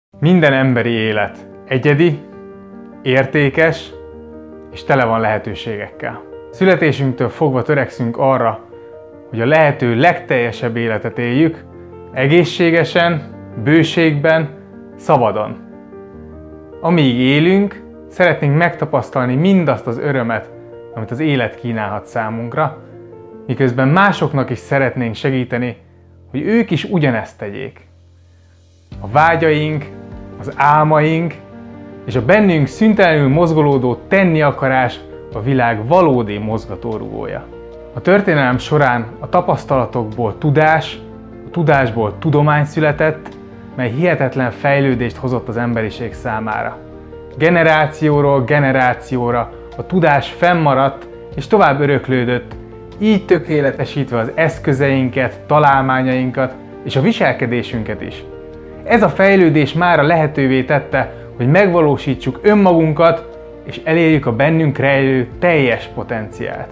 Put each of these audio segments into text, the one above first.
Minden emberi élet egyedi, értékes és tele van lehetőségekkel. Születésünktől fogva törekszünk arra, hogy a lehető legteljesebb életet éljük, egészségesen, bőségben, szabadon. Amíg élünk, szeretnénk megtapasztalni mindazt az örömet, amit az élet kínálhat számunkra, miközben másoknak is szeretnénk segíteni, hogy ők is ugyanezt tegyék. A vágyaink, az álmaink és a bennünk szüntelenül mozgolódó tenni akarás a világ valódi mozgatórugója. A történelem során a tapasztalatokból tudás, a tudásból tudomány született, mely hihetetlen fejlődést hozott az emberiség számára. Generációról generációra a tudás fennmaradt és tovább öröklődött, így tökéletesítve az eszközeinket, találmányainkat és a viselkedésünket is. Ez a fejlődés mára lehetővé tette, hogy megvalósítsuk önmagunkat és elérjük a bennünk rejlő teljes potenciált.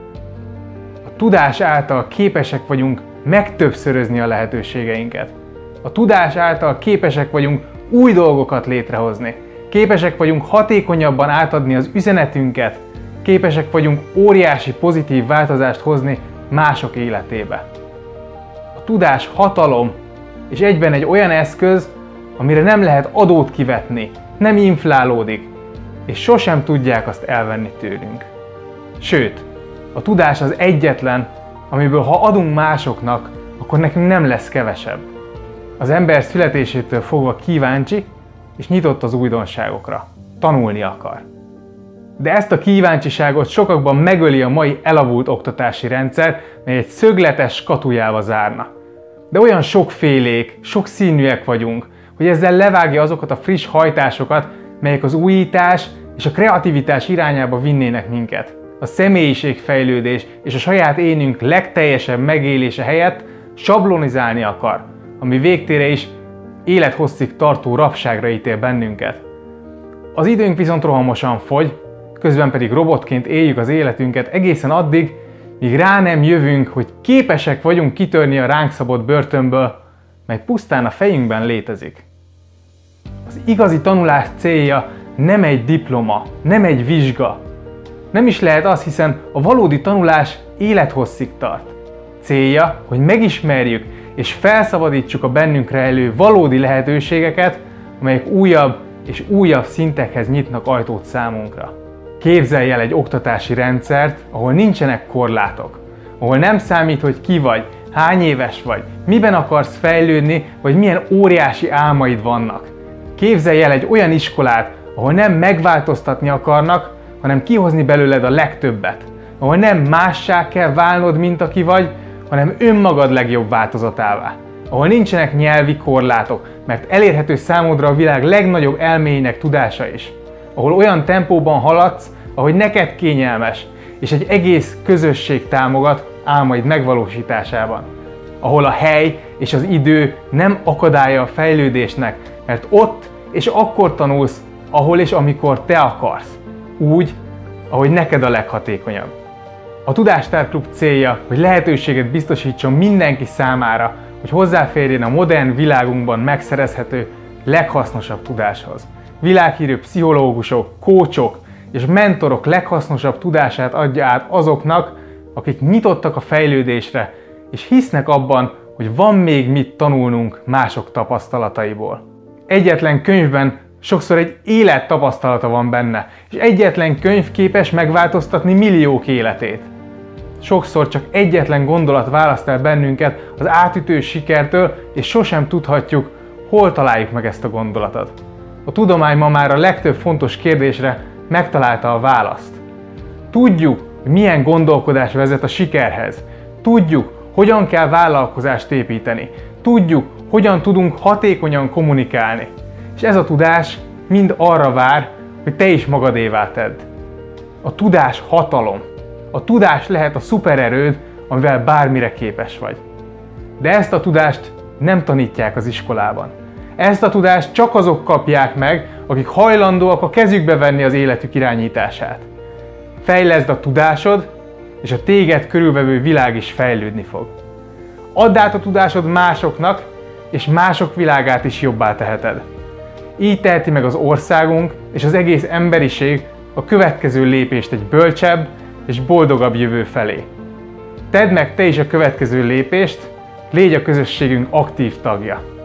A tudás által képesek vagyunk megtöbbszörözni a lehetőségeinket. A tudás által képesek vagyunk új dolgokat létrehozni. Képesek vagyunk hatékonyabban átadni az üzenetünket. Képesek vagyunk óriási pozitív változást hozni mások életébe. A tudás hatalom, és egyben egy olyan eszköz, amire nem lehet adót kivetni, nem inflálódik, és sosem tudják azt elvenni tőlünk. Sőt, a tudás az egyetlen, amiből ha adunk másoknak, akkor nekünk nem lesz kevesebb. Az ember születésétől fogva kíváncsi, és nyitott az újdonságokra. Tanulni akar. De ezt a kíváncsiságot sokakban megöli a mai elavult oktatási rendszer, mely egy szögletes skatujába zárna. De olyan sokfélék, sokszínűek vagyunk, hogy ezzel levágja azokat a friss hajtásokat, melyek az újítás és a kreativitás irányába vinnének minket. A személyiségfejlődés és a saját énünk legteljesebb megélése helyett sablonizálni akar, ami végtére is élethosszig tartó rabságra ítél bennünket. Az időnk viszont rohamosan fogy, közben pedig robotként éljük az életünket egészen addig, míg rá nem jövünk, hogy képesek vagyunk kitörni a ránk szabott börtönből, mely pusztán a fejünkben létezik. Az igazi tanulás célja nem egy diploma, nem egy vizsga. Nem is lehet az, hiszen a valódi tanulás élethosszig tart. Célja, hogy megismerjük és felszabadítsuk a bennünk rejlő valódi lehetőségeket, amelyek újabb és újabb szintekhez nyitnak ajtót számunkra. Képzelj el egy oktatási rendszert, ahol nincsenek korlátok, ahol nem számít, hogy ki vagy, hány éves vagy, miben akarsz fejlődni, vagy milyen óriási álmaid vannak. Képzelj el egy olyan iskolát, ahol nem megváltoztatni akarnak, hanem kihozni belőled a legtöbbet, ahol nem mássá kell válnod, mint aki vagy, hanem önmagad legjobb változatává, ahol nincsenek nyelvi korlátok, mert elérhető számodra a világ legnagyobb elméinek tudása is, ahol olyan tempóban haladsz, ahogy neked kényelmes, és egy egész közösség támogat álmaid megvalósításában, ahol a hely és az idő nem akadálya a fejlődésnek, mert ott és akkor tanulsz, ahol és amikor te akarsz, úgy, ahogy neked a leghatékonyabb. A Tudástár Klub célja, hogy lehetőséget biztosítson mindenki számára, hogy hozzáférjen a modern világunkban megszerezhető leghasznosabb tudáshoz. Világhírű pszichológusok, kócsok és mentorok leghasznosabb tudását adja át azoknak, akik nyitottak a fejlődésre, és hisznek abban, hogy van még mit tanulnunk mások tapasztalataiból. Egyetlen könyvben sokszor egy élet tapasztalata van benne, és egyetlen könyv képes megváltoztatni milliók életét. Sokszor csak egyetlen gondolat választ el bennünket az átütő sikertől, és sosem tudhatjuk, hol találjuk meg ezt a gondolatot. A tudomány ma már a legtöbb fontos kérdésre megtalálta a választ. Tudjuk, hogy milyen gondolkodás vezet a sikerhez. Tudjuk, hogyan kell vállalkozást építeni. Tudjuk, hogyan tudunk hatékonyan kommunikálni. És ez a tudás mind arra vár, hogy te is magadévá tedd. A tudás hatalom. A tudás lehet a szupererőd, amivel bármire képes vagy. De ezt a tudást nem tanítják az iskolában. Ezt a tudást csak azok kapják meg, akik hajlandóak a kezükbe venni az életük irányítását. Fejleszd a tudásod, és a téged körülvevő világ is fejlődni fog. Add át a tudásod másoknak, és mások világát is jobbá teheted. Így teheti meg az országunk és az egész emberiség a következő lépést egy bölcsebb és boldogabb jövő felé. Tedd meg te is a következő lépést, légy a közösségünk aktív tagja!